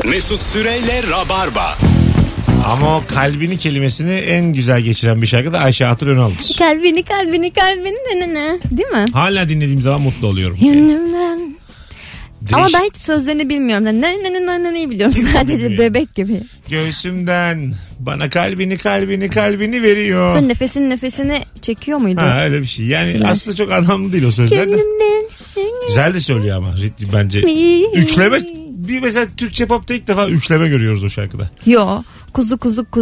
Mesut Süreyle Rabarba. Ama o kalbini kelimesini en güzel geçiren bir şarkı da Ayşe Hatun Önal'dır. Kalbini ne değil mi? Hala dinlediğim zaman mutlu oluyorum. Ama ben hiç sözlerini bilmiyorum. Ne biliyorum sadece gibi bebek gibi. Göğsümden bana kalbini veriyor. Sonra nefesini çekiyor muydu? Ha, öyle bir şey. Yani aslında çok anlamlı değil o sözler de. Güzel de söylüyor ama bence. Üçleme. Bir mesela Türkçe pop'ta ilk defa üçleme görüyoruz o şarkıda. Yo. Kuzu.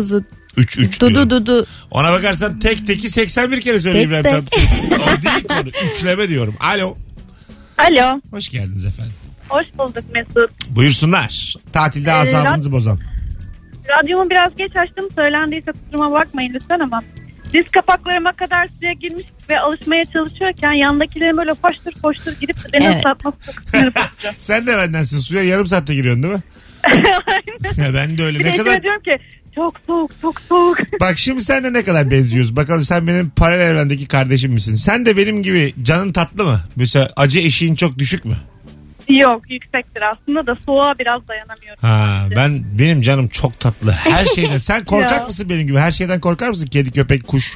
3 Dudu. Ona bakarsan tek 81 kere söylüyor İbrahim Tatlıses. O değil konu. Üçleme diyorum. Alo. Alo. Hoş geldiniz efendim. Hoş bulduk Mesut. Buyursunlar. Tatilde asabınızı bozan. Radyomu biraz geç açtım. Söylendiyse kusuruma bakmayın lütfen ama diz kapaklarıma kadar suya girmiş ve alışmaya çalışıyorken yandakilerin böyle koştur gidip beni ıslatması çok sinir bozucu. Sen de bendensin. Suya yarım saatte giriyorsun değil mi? Aynen. Ya ben de öyle. Bir Ne de kadar... diyorum ki çok soğuk. Bak şimdi sen de ne kadar benziyoruz. Bakalım sen benim paralel evrendeki kardeşim misin? Sen de benim gibi canın tatlı mı? Mesela acı eşiğin çok düşük mü? Yok, yüksektir aslında da soğuğa biraz dayanamıyorum. Ha, benim canım çok tatlı. Her şeyden. Sen korkak mısın benim gibi? Her şeyden korkar mısın? Kedi, köpek, kuş.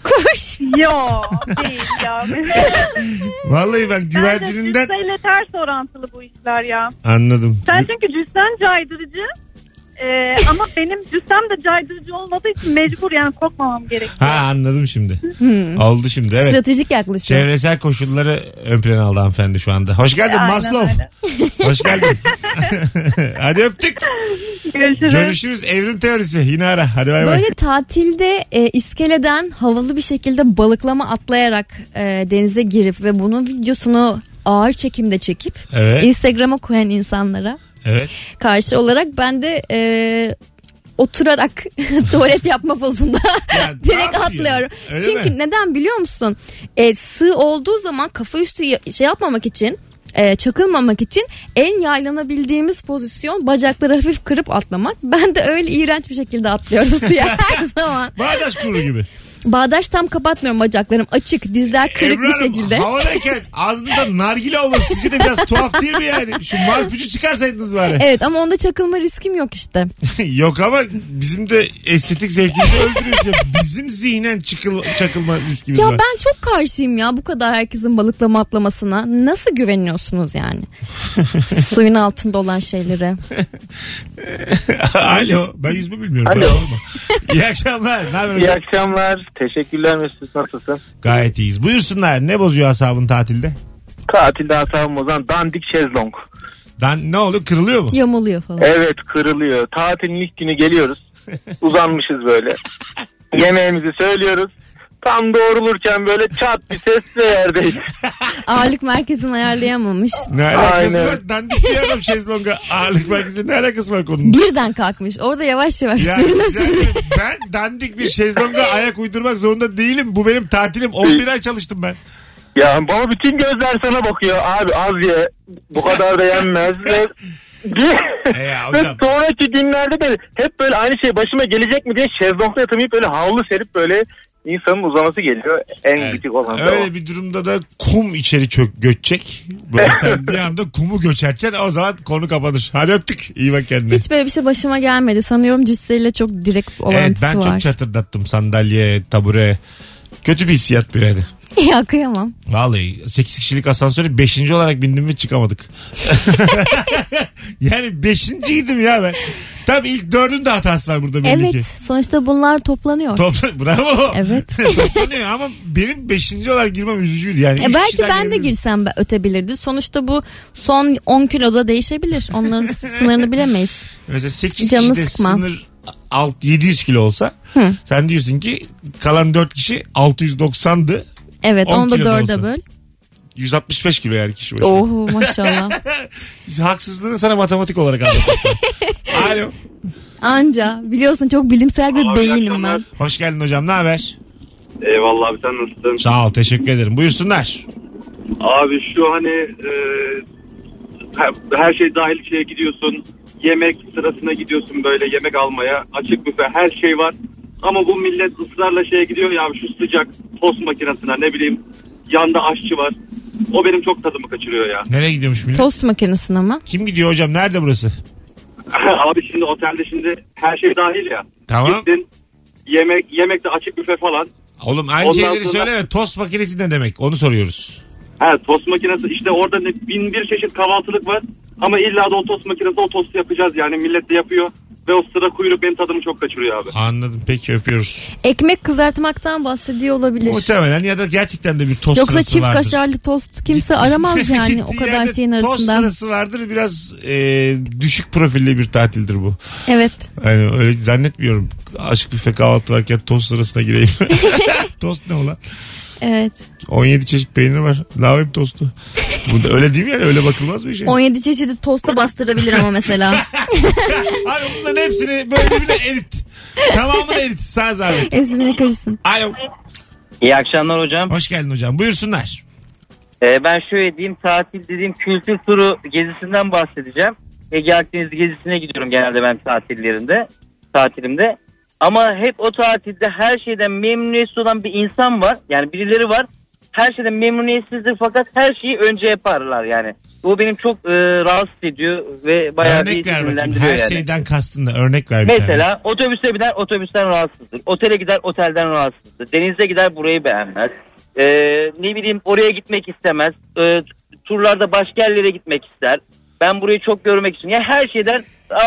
Yok değil ya. Vallahi ben güvercininden... Bence cüsseyle ters orantılı bu işler ya. Anladım. Sen çünkü cüssen caydırıcı. Ama benim cüssem de caydırıcı olmadığı için mecbur yani korkmamam gerekiyor. Ha, anladım şimdi. Oldu şimdi, evet. Stratejik yaklaşıyor. Çevresel koşulları ön plana aldı hanımefendi şu anda. Hoş geldin Maslov. Hoş geldin. Hadi öptük. Görüşürüz. Evrim teorisi. Yine ara. Hadi bay bay. Böyle tatilde iskeleden havalı bir şekilde balıklama atlayarak denize girip ve bunun videosunu ağır çekimde çekip Instagram'a koyan insanlara karşı olarak ben de oturarak tuvalet yapma pozunda direkt atlıyorum. Öyle Çünkü mi? Neden biliyor musun? Sığ olduğu zaman kafa üstü şey yapmamak için, çakılmamak için en yaylanabildiğimiz pozisyon bacakları hafif kırıp atlamak. Ben de öyle iğrenç bir şekilde atlıyorum suya her zaman. Bağdaş kuru gibi. Bağdaş tam kapatmıyorum, bacaklarım açık, dizler kırık bir şekilde. Havadayken ağzınızda nargile olması sizce de biraz tuhaf değil mi yani? Şu marpucu çıkarsaydınız bari. Evet ama onda çakılma riskim yok işte. Yok ama bizim de estetik zevkimizi öldürüyor. Bizim zihnen çakılma riskimiz var. Ya ben çok karşıyım ya bu kadar herkesin balıklama atlamasına. Nasıl güveniyorsunuz yani? Suyun altında olan şeylere. Alo. Ben yüzme bilmiyorum. Alo. İyi akşamlar. Ne haber? İyi akşamlar. Teşekkürler Mesut, nasılsın? Gayet iyiyiz. Buyursunlar. Ne bozuyor asabın tatilde? Tatilde asabım bozan dandik şezlong. Ne oluyor? Kırılıyor mu? Yamuluyor falan. Evet, kırılıyor. Tatilin ilk günü geliyoruz. Uzanmışız böyle. Yemeğimizi söylüyoruz. Tam doğrulurken böyle çat bir sesle yerdeyiz. Ağırlık merkezini ayarlayamamış. Ne alakası Aynen. var? Dandik diyorum şezlonga. Ağırlık merkezinde ne alakası var konunun? Birden kalkmış. Orada yavaş Yani sürüne. ben dandik bir şezlonga ayak uydurmak zorunda değilim. Bu benim tatilim. 11 ay çalıştım ben. Ya baba bütün gözler sana bakıyor. Abi az ye. Bu kadar da yenmez. Ve sonraki günlerde de hep böyle aynı şey başıma gelecek mi diye şezlongda yatamayıp böyle havlu serip böyle insanın uzaması geliyor. En gıcık olan da öyle bir durumda da kum içeri göçecek. Böyle sen bir anda kumu göçersen o zaman konu kapanır. Hadi öptük. İyi bak kendine. Hiç böyle bir şey başıma gelmedi. Sanıyorum cüsseyle çok direkt olantısı var. Ben çok çatırdattım sandalye, tabure. Kötü bir hissiyat bir yani. Ya kıyamam. Vallahi 8 kişilik asansöre 5. olarak bindim ve çıkamadık. Yani 5.'ydim ya ben. Tabii ilk 4'ün de hatası var burada belli ki. Evet, sonuçta bunlar toplanıyor. Bravo. Evet. Toplanıyor ama benim 5. olarak girmem üzücüydü yani. Belki ben de girsem ötebilirdi. Sonuçta bu son 10 kiloda değişebilir. Onların sınırını bilemeyiz. Mesela 8 kişide sınır 700 kilo olsa sen diyorsun ki kalan 4 kişi 690'dı. Evet, onu da 4'e böl. 165 kilo yani kişi başı. Oho maşallah. Haksızlığını sana matematik olarak anlatıyorum. Alo. Anca biliyorsun çok bilimsel bir beynim ben. Hoş geldin hocam, ne haber? Eyvallah abi, sen nasılsın? Sağ ol, teşekkür ederim. Buyursunlar. Abi şu hani her şey dahil şeye gidiyorsun. Yemek sırasına gidiyorsun böyle yemek almaya. Açık büfe her şey var. Ama bu millet ısrarla şeye gidiyor ya şu sıcak tost makinesine, ne bileyim yanda aşçı var. O benim çok tadımı kaçırıyor ya. Nereye gidiyormuş millet? Tost makinesine ama. Kim gidiyor hocam? Nerede burası? Abi şimdi otelde şimdi her şey dahil ya. Tamam. Gittin yemekte açık büfe falan. Oğlum aynı şeyleri söyleme. Tost makinesi ne demek? Onu soruyoruz. Tost makinesi işte orada 1001 çeşit kahvaltılık var. Ama illa da o tost makinesi o tostu yapacağız yani millet de yapıyor. Ve o sıra kuyruk benim tadımı çok kaçırıyor abi. Anladım, peki öpüyoruz. Ekmek kızartmaktan bahsediyor olabilir. Muhtemelen ya da gerçekten de bir tost Yoksa sırası vardır. çift kaşarlı tost kimse aramaz yani o kadar şeyin arasında. Tost sırası vardır, biraz düşük profilli bir tatildir bu. Evet. Yani öyle zannetmiyorum. Açık büfe kahvaltı varken tost sırasına gireyim. Tost ne ola? Evet. 17 çeşit peynir var. Ne yapayım tostu? Burada öyle değil mi yani? Öyle bakılmaz mı şey? 17 çeşidi tosta bastırabilir ama mesela. Abi bunların hepsini böyle bir erit. Tamamını erit. Sana zahmet. Hepsine karışsın. Alo. İyi akşamlar hocam. Hoş geldin hocam. Buyursunlar. Ben şöyle diyeyim, tatil dediğim kültür turu gezisinden bahsedeceğim. Ege Akdeniz gezisine gidiyorum genelde ben tatilimde. Ama hep o tatilde her şeyden memnuniyetsiz olan bir insan var. Yani birileri var. Her şeyden memnuniyetsizdir fakat her şeyi önce yaparlar yani. Bu benim çok rahatsız ediyor ve bayağı örnek bir sinirlendiriyor yani. Her şeyden kastın da örnek ver. Mesela otobüse biner, otobüsten rahatsızdır. Otele gider, otelden rahatsızdır. Denize gider, burayı beğenmez. Ne bileyim oraya gitmek istemez. Turlarda başka yerlere gitmek ister. Ben burayı çok görmek istiyorum. Yani her şeyden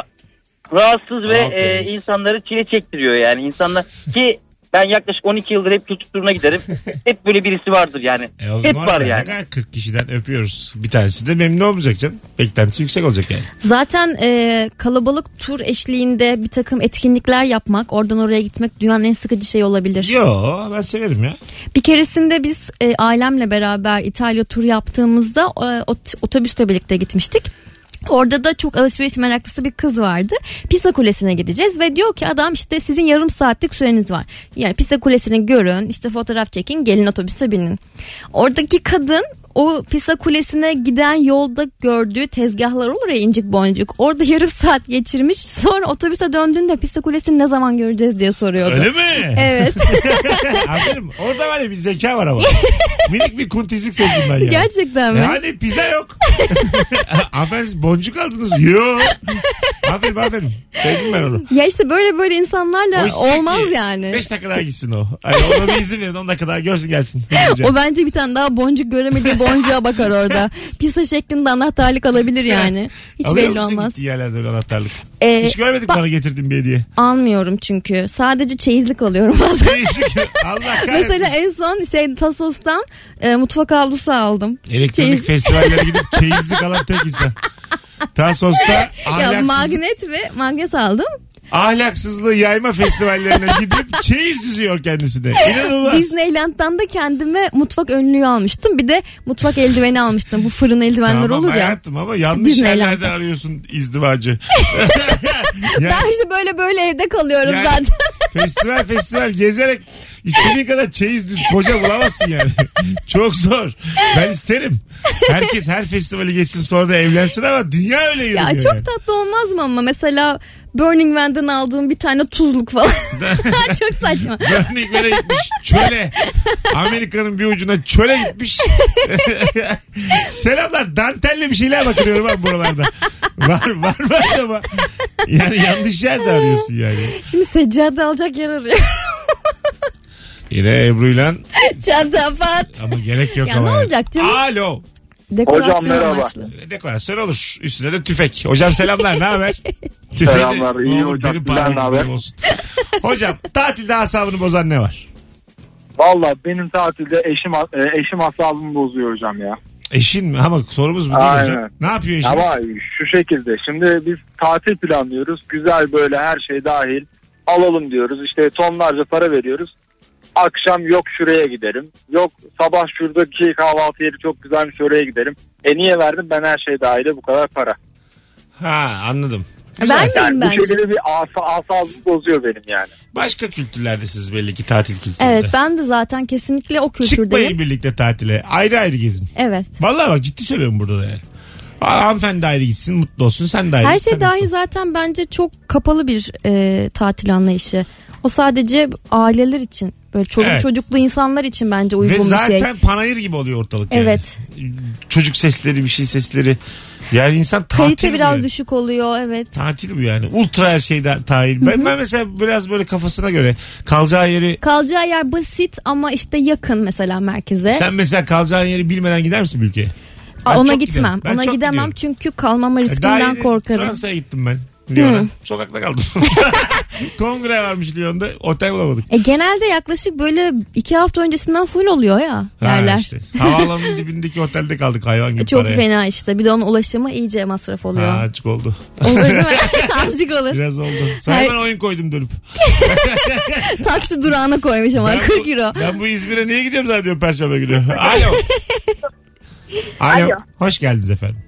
rahatsız ve insanları çile çektiriyor yani. İnsanlar ki ben yaklaşık 12 yıldır hep kültür turuna giderim. Hep böyle birisi vardır yani. Hep var yani. 40 kişiden öpüyoruz. Bir tanesi de memnun olmayacak canım. Beklentisi yüksek olacak yani. Zaten kalabalık tur eşliğinde bir takım etkinlikler yapmak, oradan oraya gitmek dünyanın en sıkıcı şey olabilir. Yo, ben severim ya. Bir keresinde biz ailemle beraber İtalya turu yaptığımızda otobüsle birlikte gitmiştik. Orada da çok alışveriş meraklısı bir kız vardı. Pisa Kulesi'ne gideceğiz ve diyor ki adam işte sizin yarım saatlik süreniz var. Yani Pisa Kulesi'ni görün, işte fotoğraf çekin, gelin otobüse binin. Oradaki kadın o Pisa Kulesi'ne giden yolda gördüğü tezgahlar olur ya, incik boncuk. Orada yarım saat geçirmiş. Sonra otobüse döndüğünde Pisa Kulesi'ni ne zaman göreceğiz diye soruyordu. Öyle mi? Evet. Aferin. Orada var ya bir zeka var ama. Minik bir kuntizlik sevdim ben yani. Gerçekten mi? Yani pizza yok. Aferin, boncuk aldınız. Yok. Aferin. Sevdim ben onu. Ya işte böyle insanlarla olmaz yani. 5 dakika daha gitsin o. Yani ona bir izin verin, 10 dakika daha görsün gelsin. O bence bir tane daha boncuk göremediği boncuğa bakar orada. Pisa şeklinde anahtarlık alabilir yani. Hiç alıyor belli olmaz. Gittiği yerlerde öyle anahtarlık. Hiç görmedik bana getirdim bir hediye. Almıyorum çünkü. Sadece çeyizlik alıyorum bazen. Allah kahretsin. Mesela en son Tasos'tan mutfak havlusu aldım. Elektronik festivallere gidip çeyizlik alan tek insan. Tasos'ta magnet aldım. Ahlaksızlığı yayma festivallerine gidip çeyiz düzüyor kendisi de. İnanılmaz. Disneyland'dan da kendime mutfak önlüğü almıştım. Bir de mutfak eldiveni almıştım. Bu fırın eldivenler olur ya. Hayatım ama yanlış yerlerde arıyorsun izdivacı. Ben işte böyle evde kalıyorum yani, zaten. Festival gezerek istediğin kadar çeyiz düz koca bulamazsın yani. Çok zor. Ben isterim. Herkes her festivali geçsin sonra da evlensin ama dünya öyle yürümüyor. Ya çok tatlı olmaz mı ama mesela Burning Man'den aldığım bir tane tuzluk falan. Çok saçma. Burning Man'e gitmiş çöle. Amerika'nın bir ucuna çöle gitmiş. Selamlar, dantelli bir şeyler bakıyorum ben buralarda. Var ama yani yanlış yerde arıyorsun yani. Şimdi seccade alacak yer arıyor. Yine Ebru'yla Çatafat. Ama gerek yok ya ama. Ne olacak canım? Alo. Dekorasyon amaçlı. Dekorasyon olur. Üstüne de tüfek. Hocam selamlar, ne haber? Selamlar, iyi hocam. Sizden ne haber? Hocam tatilde asabını bozan ne var? Valla benim tatilde eşim asabımı bozuyor hocam ya. Eşin mi? Ama sorumuz bu değil hocam. Ne yapıyor eşiniz? Ama şu şekilde. Şimdi biz tatil planlıyoruz. Güzel böyle her şey dahil. Alalım diyoruz. İşte tonlarca para veriyoruz. Akşam yok şuraya giderim. Yok sabah şuradaki kahvaltı yeri çok güzelmiş, oraya giderim. Niye verdim ben her şey dahil bu kadar para? Ha, anladım. Yani bu şekilde bir asabımı bozuyor benim yani. Başka kültürlerdesiniz belli ki, tatil kültüründe. Evet, ben de zaten kesinlikle o kültürdeyim. Çıkmayın birlikte tatile. Ayrı ayrı gezin. Evet. Vallahi bak, ciddi söylüyorum burada da yani. Hanımefendi ayrı gitsin, mutlu olsun, sen de ayrı. Her şey dahil zaten bence çok kapalı bir tatil anlayışı. O sadece aileler için, böyle çocuklu insanlar için bence uygun bir şey. Ve zaten panayır gibi oluyor ortalık yani. Evet. Çocuk sesleri, bir şey sesleri. Yani insan tatil. Kalite biraz düşük oluyor, evet. Tatil bu yani. Ultra her şeyde tatil. Ben mesela biraz böyle kafasına göre kalacağı yer basit ama işte yakın mesela merkeze. Sen mesela kalacağın yeri bilmeden gider misin bir ülkeye? Ona gitmem. Ona gidemem gidiyorum. Çünkü kalmama riskinden korkarım. Fransa'ya gittim ben. Lyon'a. Sokakta kaldım. Kongre varmış Lyon'da. Otel bulamadık. Genelde yaklaşık böyle 2 hafta öncesinden full oluyor ya yerler. Işte. Havaalanının dibindeki otelde kaldık hayvan gibi çok paraya. fena işte. Bir de onun ulaşımı iyice masraf oluyor. Azıcık oldu. Olur değil mi? Azıcık olur. Biraz oldu. Sonra hemen oyun koydum dönüp. Taksi durağına koymuş ama 40 euro. Ben bu İzmir'e niye gidiyorum zaten Perşembe günü? Alo. Alo. Hoş geldiniz efendim.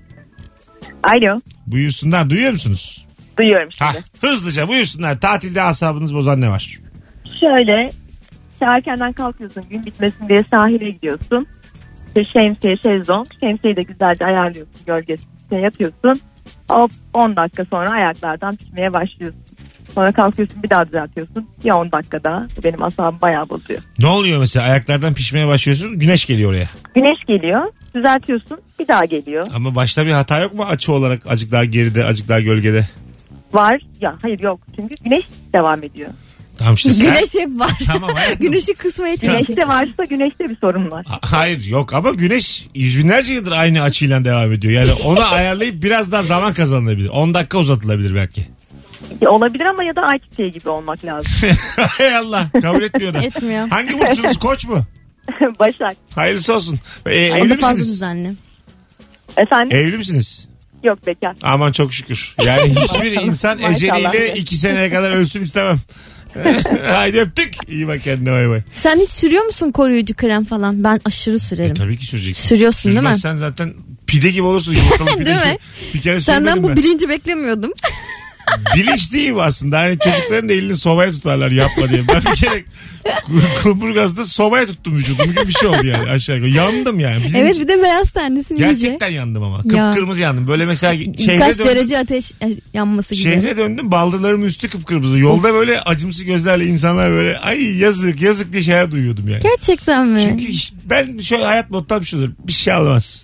Alo. Buyursunlar, duyuyor musunuz? Duyuyorum şimdi. Hızlıca buyursunlar. Tatilde asabınız bozan ne var? Şöyle, erkenden kalkıyorsun, gün bitmesin diye sahile gidiyorsun. Şemsiye, şezlong. Şemsiyeyi de güzelce ayarlıyorsun, gölgesinde yatıyorsun. Hop 10 dakika sonra ayaklardan pişmeye başlıyorsun. Sonra kalkıyorsun, bir daha düzeltiyorsun. Bir 10 dakikada. Bu benim asabım bayağı bozuyor. Ne oluyor mesela? Ayaklardan pişmeye başlıyorsun, güneş geliyor oraya. Güneş geliyor, düzeltiyorsun, bir daha geliyor. Ama başta bir hata yok mu açı olarak? Azıcık daha geride, azıcık daha gölgede. Var. Ya hayır yok. Çünkü güneş devam ediyor. Tamam işte Güneş hep var. Tamam, Güneşi kısmaya çalışıyor. Güneşte varsa güneşte bir sorun var. Hayır yok ama güneş yüz binlerce yıldır aynı açıyla devam ediyor. Yani onu ayarlayıp biraz daha zaman kazanılabilir. 10 dakika uzatılabilir belki. Olabilir ama ya da ayçiçeği gibi olmak lazım. Hay Allah, kabul etmiyor da. Etmiyor. Hangi burçsunuz, Koç mu? Başak. Hayırlısı olsun. Evli Onu fazla misiniz? düzenli. Efendim? Evli misiniz? Yok, bekar. Aman çok şükür. Yani hiçbir insan eceliyle 2 seneye kadar ölsün istemem. Haydi öptük. İyi bak kendine, bay bay. Sen hiç sürüyor musun koruyucu krem falan? Ben aşırı sürerim. Tabii ki süreceksin. Sürüyorsun değil mi? Sen zaten pide gibi olursun. Yumurtalı pide değil mi? Bir kere senden bu ben. bilinci beklemiyordum. Bilinç değil bu aslında. Hani çocukların da elini sobaya tutarlar yapma diye. Ben bir kere Kumburgaz'da sobaya tuttum vücudumu gibi bir şey oldu yani aşağı yukarı. Yandım yani. Bilinç... Evet, bir de beyaz tenlisin iyice. Gerçekten yandım ama. Kıpkırmızı yandım. Böyle mesela şehre kaç döndüm. derece ateş yanması gibi. Şehre döndüm, baldırlarımın üstü kıpkırmızı. Yolda böyle acımsı gözlerle insanlar böyle ay yazık yazık diye şeyler duyuyordum yani. Gerçekten mi? Çünkü ben şöyle hayat mottom şudur. Bir şey olmaz.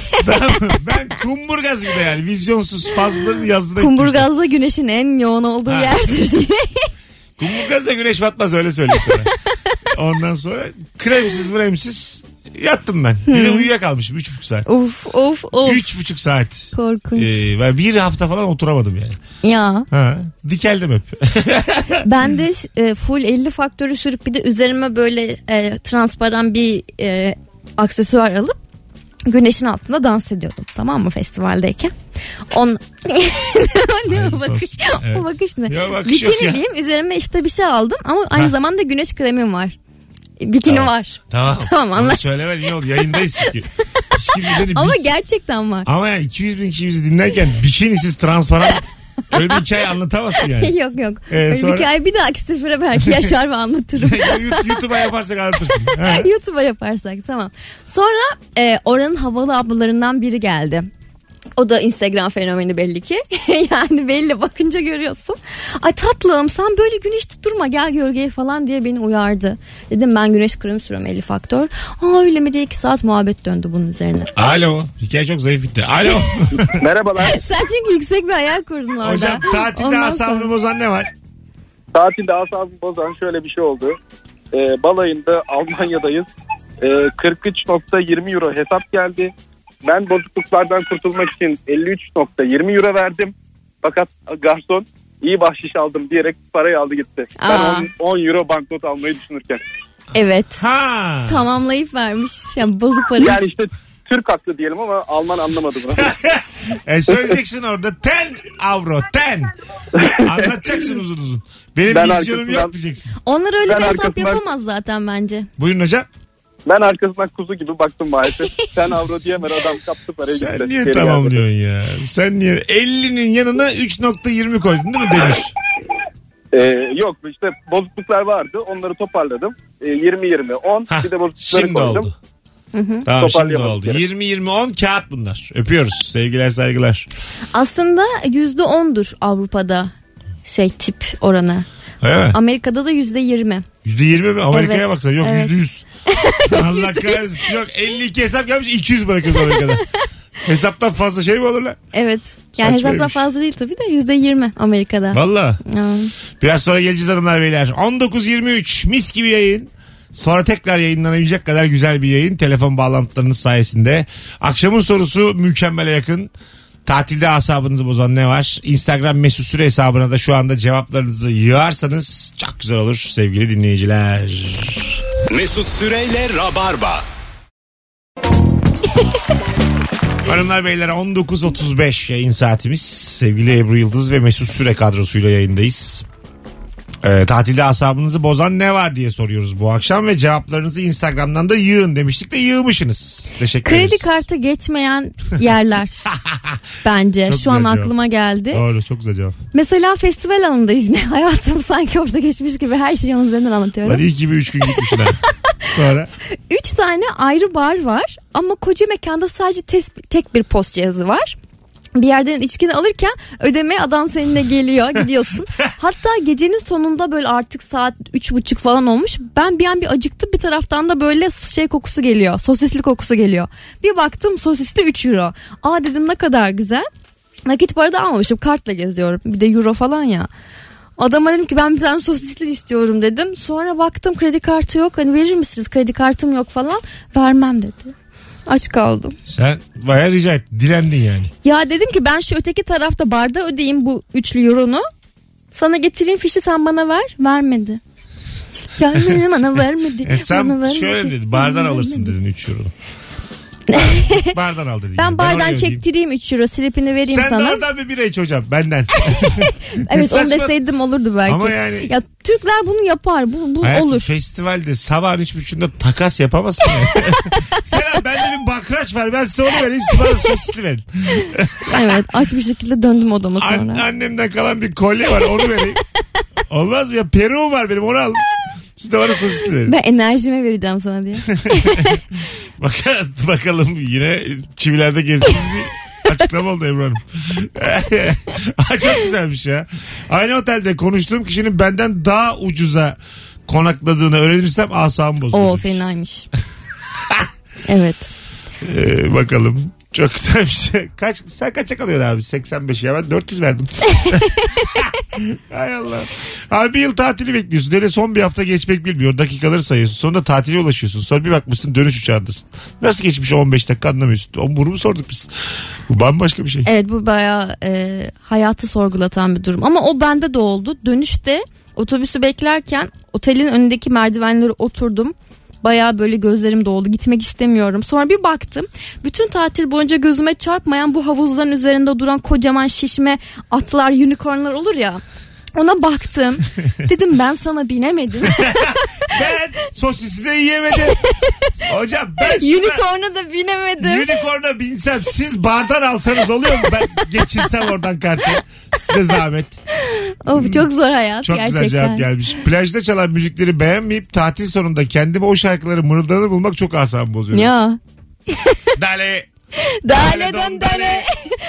ben Kumburgaz bir de yani vizyonsuz fazlaları yazdı. Kumburgaz'da güneşin en yoğun olduğu yerdir diye. Kumburgaz'da güneş batmaz, öyle söyleyeyim sana. Ondan sonra kremsiz yattım ben. Bir de uyuyakalmışım 3,5 saat. Of. 3,5 saat. Korkunç. Ben bir hafta falan oturamadım yani. Ya. Dikeldim hep. Ben de full 50 faktörü sürüp bir de üzerime böyle transparan bir aksesuar alıp güneşin altında dans ediyordum, tamam mı, festivaldeyken. Ne o bakış? Evet. O bakış ne? Bikiniliyim, üzerime işte bir şey aldım ama aynı zamanda güneş kremim var. Bikini tamam. Var. Tamam anlaştık. Söyleme iyi oldu, yayındayız çünkü. Ama gerçekten var. Ama yani 200 bin kişi bizi dinlerken bikinisiz transparan öyle bir hikaye anlatamazsın yani. Yok. Öyle sonra... bir hikaye bir dahaki sefere belki yaşar ve anlatırım. YouTube'a yaparsak anlatırsın. YouTube'a yaparsak tamam. Sonra oranın havalı ablalarından biri geldi. O da Instagram fenomeni belli ki. Yani belli, bakınca görüyorsun. Ay tatlım, sen böyle güneşte durma, gel gölgeye falan diye beni uyardı. Dedim ben güneş kremi sürüyorum 50 faktör. Öyle mi diye 2 saat muhabbet döndü bunun üzerine. Alo. Hikaye çok zayıf bitti. Alo. Merhabalar. Sen çünkü yüksek bir hayal kurdun orada. Hocam tatilde asabını bozan ne var? Tatilde asabını bozan şöyle bir şey oldu. Balayında Almanya'dayız. 43.20 euro hesap geldi. Ben bozukluklardan kurtulmak için 53.20 euro verdim. Fakat garson iyi bahşiş aldım diyerek parayı aldı gitti. Ben 10 euro banknot almayı düşünürken. Evet. Tamamlayıp vermiş. Yani bozuk parayı. Yani işte Türk haklı diyelim ama Alman anlamadı bunu. Söyleyeceksin orada 10 euro 10. Anlatacaksın uzun. Benim vizyonum yok diyeceksin. Onlar öyle bir hesap yapamaz zaten bence. Buyurun hocam. Ben arkasından kuzu gibi baktım maalesef. Sen avro diyemem, adam kaptı parayı. Sen niye tamamlıyorsun ya? Sen niye? 50'nin yanına 3.20 koydun değil mi Demir? Yok işte bozukluklar vardı. Onları toparladım. 20-20 10 bir de bozuklukları şimdi koydum. Oldu. Tamam şimdi oldu. 20-20-10 kağıt bunlar. Öpüyoruz. Sevgiler saygılar. Aslında %10'dur Avrupa'da tip oranı. Öyle mi? Amerika'da da %20. %20 mi? Amerika'ya evet. baksana. Yok evet. %100. Allah kahretsin. Yok 52 hesap gelmiş 200 bırakıyoruz Amerika'da. Hesaptan fazla şey mi olur lan? Evet. Yani hesaptan fazla değil tabii de %20 Amerika'da. Valla. Biraz sonra geleceğiz hanımlar beyler. 19.23 mis gibi yayın. Sonra tekrar yayınlanabilecek kadar güzel bir yayın. Telefon bağlantılarınız sayesinde. Akşamın sorusu mükemmele yakın. Tatilde asabınızı bozan ne var? Instagram Mesut Süre hesabına da şu anda cevaplarınızı yığarsanız çok güzel olur sevgili dinleyiciler. Mesut Süreyle Rabarba. Hanımlar beyler 19.35 yayın saatimiz. Sevgili Ebru Yıldız ve Mesut Süre kadrosuyla yayındayız. Tatilde asabınızı bozan ne var diye soruyoruz bu akşam ve cevaplarınızı Instagram'dan da yığın demiştik de yığmışsınız. Teşekkür ederiz. Kredi kartı geçmeyen yerler bence. Çok şu an cevap. aklıma geldi. Doğru, çok güzel cevap. Mesela festival alanındayız yine. Hayatım sanki orada geçmiş gibi her şeyi onun üzerinden anlatıyorum. Lan iyi ki bir 3 gün gitmişsin. Sonra? 3 tane ayrı bar var ama koca mekanda sadece tek bir post cihazı var. Bir yerden içkini alırken ödemeye adam seninle geliyor, gidiyorsun. Hatta gecenin sonunda böyle artık saat 3.30 falan olmuş. Ben bir an bir acıktım, bir taraftan da böyle kokusu geliyor. Sosisli kokusu geliyor. Bir baktım sosisli 3 euro. Aa dedim ne kadar güzel. Nakit para da almamışım, kartla geziyorum. Bir de euro falan ya. Adama dedim ki ben bir tane sosisli istiyorum dedim. Sonra baktım kredi kartı yok. Hani verir misiniz, kredi kartım yok falan. Vermem dedi. Aç kaldım. Sen bayağı rica et. Dilendin yani. Ya dedim ki ben şu öteki tarafta barda ödeyeyim bu 3 euronu. Sana getireyim fişi, sen bana ver. Vermedi. Gelmedi bana vermedi. Sen bana vermedi. şöyle dedin. Bardan alırsın dedin 3 euronu. Bardan al dedin. Ben bardan çektireyim 3 euro, slipini vereyim sen sana. Sen de oradan bir bira iç hocam benden. Evet onu deseydim olurdu belki. Ama yani. Ya Türkler bunu yapar, bu hayatım, olur. Festivalde sabahın 3.30'da takas yapamazsın. Selam bende bir bakraç var, ben size onu vereyim, siz bana sosisli verin. Evet, aç bir şekilde döndüm odama sonra. Annemden kalan bir kolye var, onu vereyim. Olmaz mı ya, peruğum var benim, onu al. Siz de bana sosisli verin. Ben enerjime vereceğim sana diye. Bakalım yine çivilerde gezdiğimiz bir açıklama oldu Ebru Hanım. Çok güzelmiş ya. Aynı otelde konuştuğum kişinin benden daha ucuza konakladığını öğrenirsem asabım bozulur. Oo fenaymış. Evet. Bakalım. Çok güzel bir şey. Sen kaça kalıyorsun abi? 85 ya, ben 400 verdim. Hay Allah. Abi bir yıl tatili bekliyorsun. Hele son bir hafta geçmek bilmiyor. Dakikaları sayıyorsun. Sonra tatile ulaşıyorsun. Sonra bir bakmışsın dönüş uçağındasın. Nasıl geçmiş 15 dakika anlamıyorsun. Bunu mu sorduk biz? Bu bambaşka bir şey. Evet, bu bayağı hayatı sorgulatan bir durum. Ama o bende de oldu. Dönüşte otobüsü beklerken otelin önündeki merdivenlere oturdum. Bayağı böyle gözlerim doldu. Gitmek istemiyorum. Sonra bir baktım. Bütün tatil boyunca gözüme çarpmayan bu havuzların üzerinde duran kocaman şişme atlar, unicornlar olur ya. Ona baktım. Dedim ben sana binemedim. Ben sosisi de yiyemedim. Hocam ben unicorn'a da binemedim. Unicorn'a binsem siz bardan alsanız oluyor mu? Ben geçirsem oradan kartı. Size zahmet. Of çok zor hayat çok gerçekten. Çok güzel cevap gelmiş. Plajda çalan müzikleri beğenmeyip tatil sonunda kendime o şarkıları mırıldanı bulmak çok asabımı bozuyor. Ya. Dale. Dale don dale.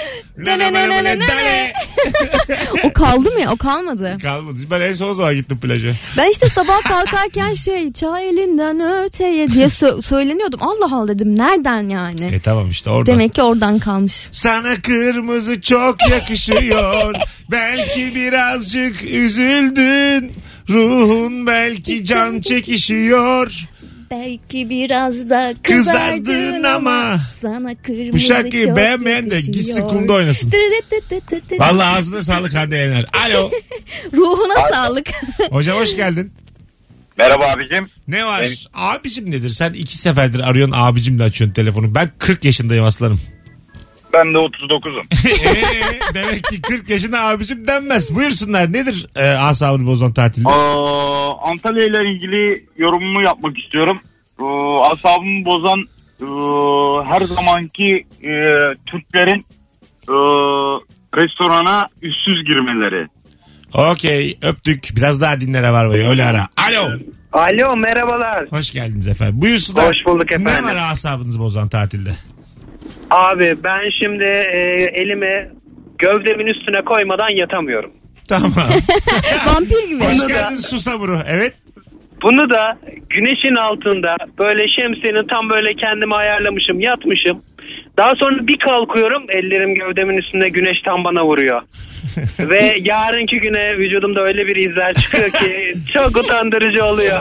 Dale. O kaldı mı ya? O kalmadı. Kalmadı. Ben en son zaman gittim plaja. Ben işte sabah kalkarken çay elinden öteye diye söyleniyordum. Allah Allah dedim. Nereden yani? Tamam işte oradan. Demek ki oradan kalmış. Sana kırmızı çok yakışıyor. Belki birazcık üzüldün. Ruhun belki can çekişiyor. Belki biraz da kızardın ama sana kırmızı bu şarkıyı çok beğenmeyen de gitsin kumda oynasın. Vallahi ağzına sağlık Hande Yener. Alo. Ruhuna sağlık. Hocam hoş geldin. Merhaba abicim. Ne var? Abicim nedir? Sen 2 seferdir arıyorsun abicimle açıyorsun telefonu. Ben 40 yaşındayım aslanım. Ben de 39'um. Demek ki 40 yaşında abicim denmez. Buyursunlar, nedir asabını bozan tatilde? Antalya ile ilgili yorumumu yapmak istiyorum. Asabımı bozan her zamanki Türklerin restorana üstsüz girmeleri. Okey, öptük. Biraz daha dinlere var öyle ara. Alo. Alo, merhabalar. Hoş geldiniz efendim. Buyursunlar. Hoş bulduk efendim. Ne var asabınızı bozan tatilde? Abi ben şimdi elimi gövdemin üstüne koymadan yatamıyorum. Tamam. Vampir gibi. Hoş geldin susamuru. Evet. Bunu da güneşin altında böyle şemsiyenin tam böyle kendimi ayarlamışım, yatmışım. Daha sonra bir kalkıyorum, ellerim gövdemin üstünde, güneş tam bana vuruyor. Ve yarınki güne vücudumda öyle bir izler çıkıyor ki çok utandırıcı oluyor.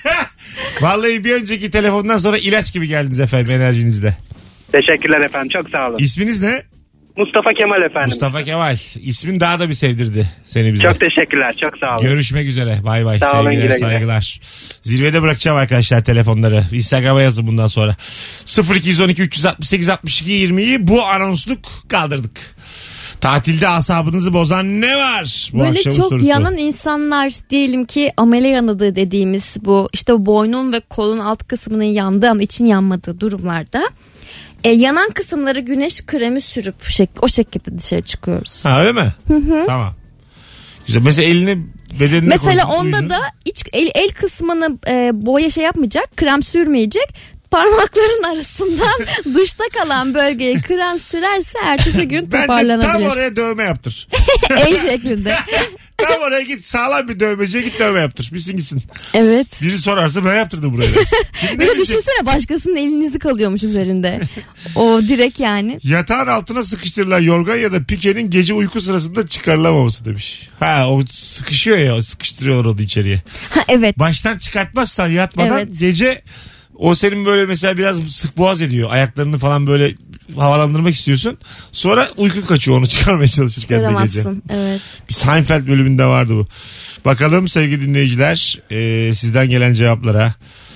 Vallahi bir önceki telefondan sonra ilaç gibi geldiniz efendim enerjinizle. Teşekkürler efendim, çok sağ olun. İsminiz ne? Mustafa Kemal efendim. Mustafa Kemal. İsmin daha da bir sevdirdi seni bize. Çok teşekkürler, çok sağ olun. Görüşmek üzere. Bay bay. Sağ olun, sevgiler, güle güle. saygılar. Zirvede bırakacağım arkadaşlar telefonları. Instagram'a yazın bundan sonra. 0212 368 62 20'yi bu anonsluk kaldırdık. Tatilde asabınızı bozan ne var? Bu böyle çok sorusu. yanan insanlar, diyelim ki amele yanığı dediğimiz bu işte boynun ve kolun alt kısmının yandığı ama için yanmadığı durumlarda yanan kısımları güneş kremi sürüp o şekilde dışarı çıkıyoruz. Ha, öyle mi? Hı. Tamam. Güzel. Mesela elini bedenine mesela koydun, onda uyudun. da el kısmını boya şey yapmayacak, krem sürmeyecek. Parmakların arasından dışta kalan bölgeye krem sürerse ertesi gün toparlanabilir. Bence tam oraya dövme yaptır. El şeklinde. Tam oraya git, sağlam bir dövmeciye git, dövme yaptır. Bilsin gitsin. Evet. Biri sorarsa ben yaptırdım buraya. Bir de düşünsene, başkasının elin izi kalıyormuş üzerinde. O direkt yani. Yatağın altına sıkıştırılan yorgan ya da pikenin gece uyku sırasında çıkarılamaması demiş. Ha, o sıkışıyor ya, o sıkıştırıyor onu içeriye. Ha, evet. Baştan çıkartmazsan yatmadan Evet. gece o senin böyle mesela biraz sık boğaz ediyor. Ayaklarını falan böyle havalandırmak istiyorsun. Sonra uyku kaçıyor onu çıkarmaya çalışırken de gece. Çıkaramazsın. Evet. Bir Seinfeld bölümünde vardı bu. Bakalım sevgili dinleyiciler sizden gelen cevaplara.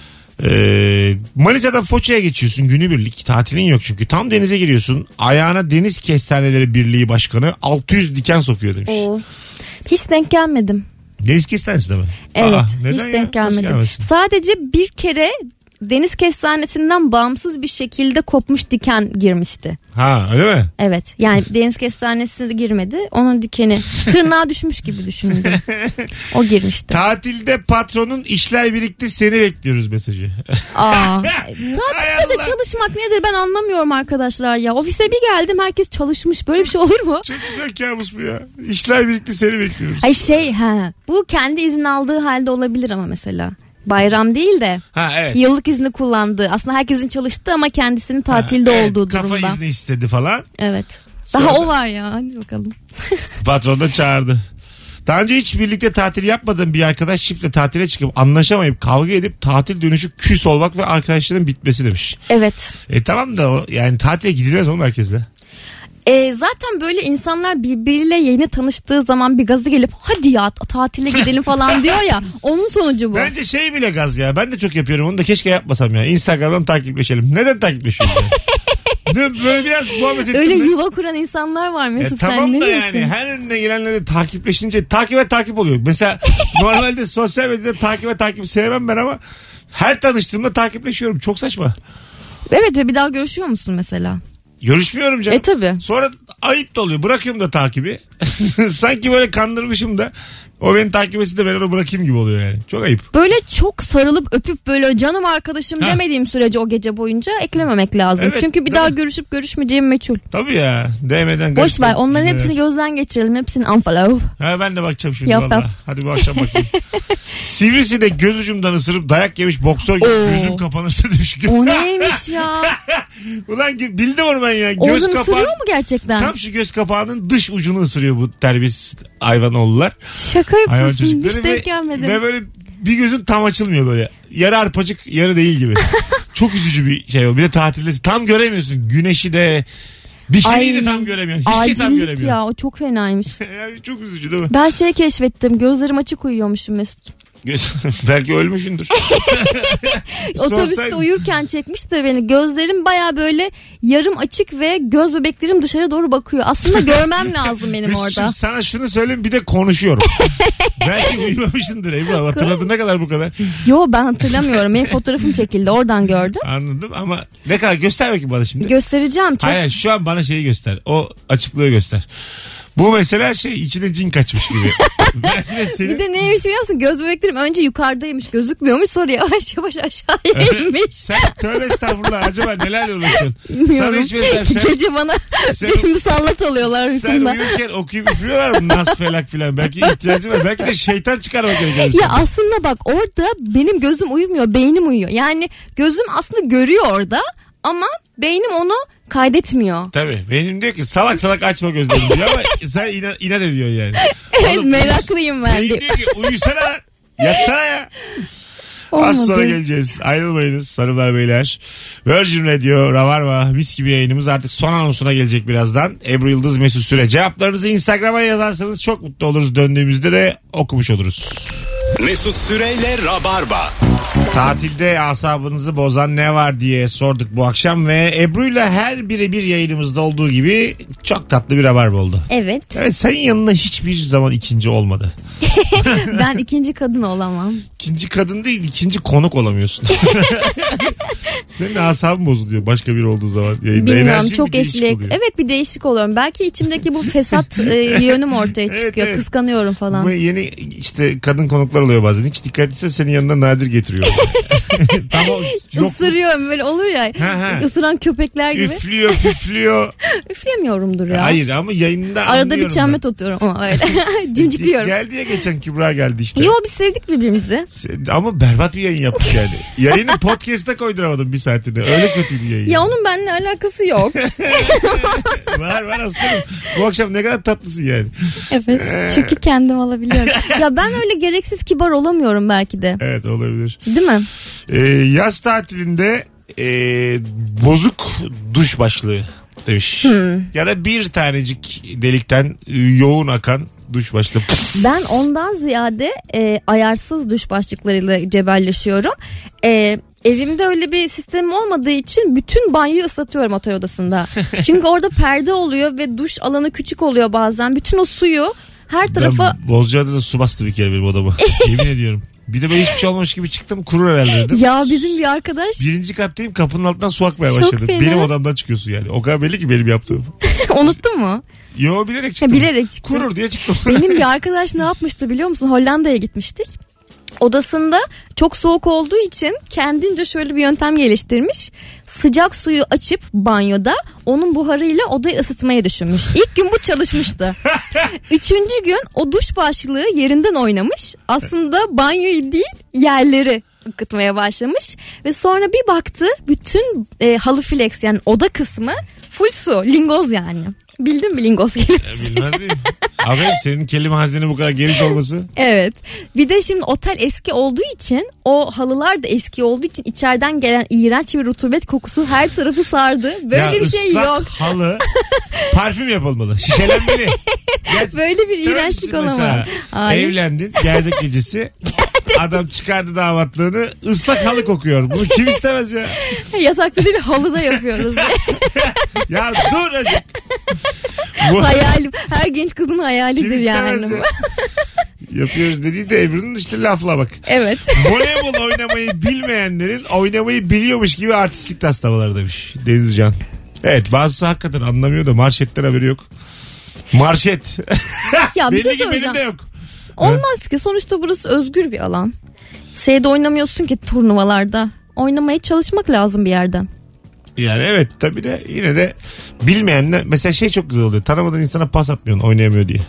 Manisa'dan Foça'ya geçiyorsun günübirlik. Tatilin yok çünkü. Tam denize giriyorsun. Ayağına Deniz Kestaneleri Birliği Başkanı 600 diken sokuyor demiş. Oo. Hiç denk gelmedim. Deniz kestanesi de mi? Evet. Neden hiç ya? denk Nasıl gelmedim. gelmesin? Sadece bir kere deniz kestanesinden bağımsız bir şekilde kopmuş diken girmişti. Ha, öyle mi? Evet. Yani deniz kestanesi de girmedi. Onun dikeni tırnağa düşmüş gibi düşündüm. O girmişti. Tatilde patronun işler birikti seni bekliyoruz mesajı. Tatilde de çalışmak nedir ben anlamıyorum arkadaşlar ya. Ofise bir geldim, herkes çalışmış. Böyle bir şey olur mu? Çok güzel kabus bu ya. İşler birikti seni bekliyoruz. Ay bu kendi izin aldığı halde olabilir ama mesela. Bayram değil de evet. Yıllık izni kullandığı. Aslında herkesin çalıştığı ama kendisinin tatilde olduğu durumda. Kafa izni istedi falan. Evet. Daha o var ya. Hadi bakalım. Patron da çağırdı. Daha önce hiç birlikte tatil yapmadığım bir arkadaş çiftle tatile çıkıp anlaşamayıp kavga edip tatil dönüşü küs olmak ve arkadaşların bitmesi demiş. Evet. Tamam da o yani tatile gidilmez oğlum herkesle. Zaten böyle insanlar birbiriyle yeni tanıştığı zaman bir gazı gelip hadi ya tatile gidelim falan diyor ya, onun sonucu bu. Bence bile gaz ya, ben de çok yapıyorum onu da, keşke yapmasam ya. Instagram'dan takipleşelim. Neden takipleşiyoruz ya? Böyle biraz muhabbet ettim. Öyle yuva kuran insanlar var Mesut, sen tamam ne da diyorsun? yani her önüne gelenleri takipleşince takip oluyor. Mesela normalde sosyal medyada takip sevmem ben ama her tanıştığımda takipleşiyorum. Çok saçma. Evet, ve bir daha görüşüyor musun mesela? Görüşmüyorum canım. Tabii. Sonra ayıp da oluyor. Bırakıyorum da takibi. Sanki böyle kandırmışım da o beni takip etsin de ben onu bırakayım gibi oluyor yani. Çok ayıp. Böyle çok sarılıp öpüp böyle canım arkadaşım demediğim sürece o gece boyunca eklememek lazım. Evet, çünkü bir daha görüşüp görüşmeyeceğim meçhul. Tabii ya. Değmeden boş ver, onların hepsini gözden geçirelim. Hepsini unfollow. Ben de bakacağım şimdi Yap. valla. Hadi bu akşam bakayım. Sivrisi'de göz ucumdan ısırıp dayak yemiş boksör gibi gözüm kapanırsa demiş. O neymiş ya? Ulan bildim onu ben ya. Oradan ısırıyor mu gerçekten? Tam şu göz kapağının dış ucunu ısırıyor bu terbiyesiz hayvanoğullar. Şaka yapıyorsun. Hiç denk gelmedim. Ve böyle bir gözün tam açılmıyor böyle. Yarı arpacık yarı değil gibi. Çok üzücü bir şey o. Bir de tatilde tam göremiyorsun. Güneşi de bir şeyi de tam göremiyorsun. Hiçbir şey tam göremiyorsun. Ya o çok fenaymış. Yani çok üzücü değil mi? Ben keşfettim. Gözlerim açık uyuyormuşum Mesut. Belki ölmüşündür. Otobüste uyurken çekmiş de beni. Gözlerim baya böyle yarım açık ve göz bebeklerim dışarı doğru bakıyor. Aslında görmem lazım benim orada. Sana şunu söyleyeyim, bir de konuşuyorum. Belki uyumamışsındır Ebru. Hatırladın ne kadar bu kadar? Yo, ben hatırlamıyorum. Benim fotoğrafım çekildi, oradan gördüm. Anladım ama ne kadar, göster bakayım bana şimdi. Göstereceğim. Hayır, şu an bana şeyi göster. O açıklığı göster. Bu mesela içine cin kaçmış gibi. Bir de neymiş biliyor musun? Göz bebeklerim önce yukarıdaymış, gözükmüyormuş, sonra yavaş yavaş aşağıya inmiş. Sen tövbe estağfurullah, acaba nelerle uğraşıyorsun? Bilmiyorum. Sana hiç mesela Gece bana musallat oluyorlar uykumda. Sen uyurken okuyup üflüyorlar mı? Nas felak filan. Belki ihtiyacı var. Belki de şeytan çıkarmak gerekiyor. Ya aslında bak, orada benim gözüm uyumuyor, beynim uyuyor. Yani gözüm aslında görüyor orada ama beynim onu kaydetmiyor. Tabii. Benim diyor ki salak salak açma gözlerini diyor ama sen inat ediyorsun yani. Evet, meraklıyım ben. Benim diyor ki uyusana, yatsana ya. Olmadı. Az sonra geleceğiz. Ayrılmayınız hanımlar beyler. Virgin Radio Rabarba mis gibi yayınımız artık son anonsuna gelecek birazdan. Ebru Yıldız, Mesut Süre. Cevaplarınızı Instagram'a yazarsanız çok mutlu oluruz. Döndüğümüzde de okumuş oluruz. Mesut Süreyle Rabarba. Tatilde asabınızı bozan ne var diye sorduk bu akşam ve Ebru'yla her birebir yayınımızda olduğu gibi çok tatlı bir rabarba oldu. Evet. Evet, senin yanına hiçbir zaman ikinci olmadı. Ben ikinci kadın olamam. İkinci kadın değil, ikinci konuk olamıyorsun. Senin asabın bozuluyor başka biri olduğu zaman yayında. Bilmiyorum, çok eşlik. Evet, bir değişik oluyorum. Belki içimdeki bu fesat yönüm ortaya çıkıyor. Evet. Kıskanıyorum falan. Bu yeni işte kadın konuklar oluyor bazen. Hiç dikkat etse senin yanına nadir getiriyor. Tamam. Isırıyorum böyle, olur ya. Isıran köpekler gibi. Üflüyor püflüyor. Üflemiyorumdur ya. Hayır ama yayında arada bir çembe tutuyorum ama öyle. Cimcikliyorum. Geldi ya geçen Kübra geldi işte. Yo, biz sevdik birbirimizi. Ama berbat bir yayın yaptık yani. Yayını podcast'a koyduramadım bir saatini. Öyle kötüydü yayın. Ya onun benimle alakası yok. var aslanım. Bu akşam ne kadar tatlısın yani. Evet. Çünkü kendim alabiliyorum. Ya ben öyle gereksiz kibar olamıyorum belki de. Evet, olabilir. Değil mi? Yaz tatilinde bozuk duş başlığı demiş. Ya da bir tanecik delikten yoğun akan duş başlığı. Ben ondan ziyade ayarsız duş başlıklarıyla cebelleşiyorum. Evimde öyle bir sistemim olmadığı için bütün banyoyu ıslatıyorum otel odasında. Çünkü orada perde oluyor ve duş alanı küçük oluyor bazen. Bütün o suyu her tarafa... Ben Bozcaada'da su bastı bir kere benim odama. Yemin ediyorum. Bir de böyle hiçbir şey olmamış gibi çıktım, kurur herhalde dedim. Ya bizim bir arkadaş... Birinci kattayım, kapının altından su akmaya başladı. Benim odamdan çıkıyorsun yani. O kadar belli ki benim yaptığım. Unuttun mu? Yo, bilerek çıktım. Bilerek çıktım. Kurur diye çıktım. Benim bir arkadaş ne yapmıştı biliyor musun? Hollanda'ya gitmiştik. Odasında çok soğuk olduğu için kendince şöyle bir yöntem geliştirmiş. Sıcak suyu açıp banyoda onun buharıyla odayı ısıtmayı düşünmüş. İlk gün bu çalışmıştı. Üçüncü gün o duş başlığı yerinden oynamış. Aslında banyoyu değil, yerleri ıkıtmaya başlamış. Ve sonra bir baktı, bütün halı flex yani oda kısmı full su, lingoz yani. Bildin mi lingoz kelimesi? Bilmez miyim? Abi senin kelime hazineni bu kadar geniş olması. Evet. Bir de şimdi otel eski olduğu için, o halılar da eski olduğu için içeriden gelen iğrenç bir rutubet kokusu her tarafı sardı. Böyle ya bir şey yok. Halı parfüm yapılmalı. Şişelenmeli. Böyle bir iğrençlik olamaz. Evlendin gerdek gecesi. Adam çıkardı damatlığını, ıslak halı kokuyor. Bunu kim istemez ya? Yatakta değil, halıda yapıyoruz. Ya dur azıcık. Hayalim. Her genç kızın hayalidir yani. Yapıyoruz dediği de Ebru'nun işte lafla bak. Evet. Voleybol oynamayı bilmeyenlerin oynamayı biliyormuş gibi artistik taslamalar demiş Denizcan. Evet, bazısı hakikaten anlamıyor da marşetten haberi yok. Marşet. Ya bir şey söyleyeceğim. Benim de yok. Olmaz ki, sonuçta burası özgür bir alan. Şeyde oynamıyorsun ki, turnuvalarda. Oynamaya çalışmak lazım bir yerden. Yani evet, tabii de yine de bilmeyenler mesela çok güzel oluyor. Tanımadığın insana pas atmıyorsun oynayamıyor diye.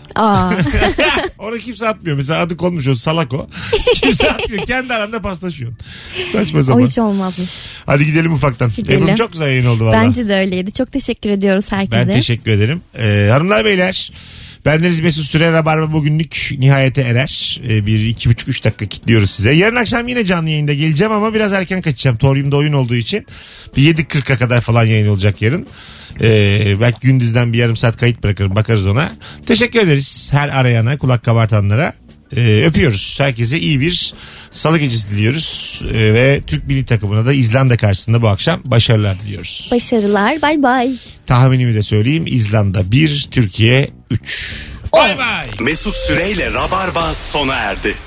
Onu kimse atmıyor. Mesela adı konmuş o, salak o. Kimse atmıyor. Kendi aranda paslaşıyorsun. Saçma zaman. O hiç olmazmış. Hadi gidelim ufaktan. Ebru'm çok güzel yayın oldu valla. Bence de öyleydi. Çok teşekkür ediyoruz herkese. Ben teşekkür ederim. Hanımlar beyler, bendeniz Mesut Süre, Rabarba bugünlük nihayete erer. 2,5-3 dakika kilitliyoruz size. Yarın akşam yine canlı yayında geleceğim ama biraz erken kaçacağım. Torium'da oyun olduğu için bir 7.40'a kadar falan yayın olacak yarın. Belki gündüzden bir yarım saat kayıt bırakırım, bakarız ona. Teşekkür ederiz her arayana, kulak kabartanlara. Öpüyoruz. Herkese iyi bir salı gecesi diliyoruz. Ve Türk milli takımına da İzlanda karşısında bu akşam başarılar diliyoruz. Başarılar. Bay bay. Tahminimi de söyleyeyim. İzlanda 1, Türkiye 3. Bay bay. Mesut Süreyle Rabarba sona erdi.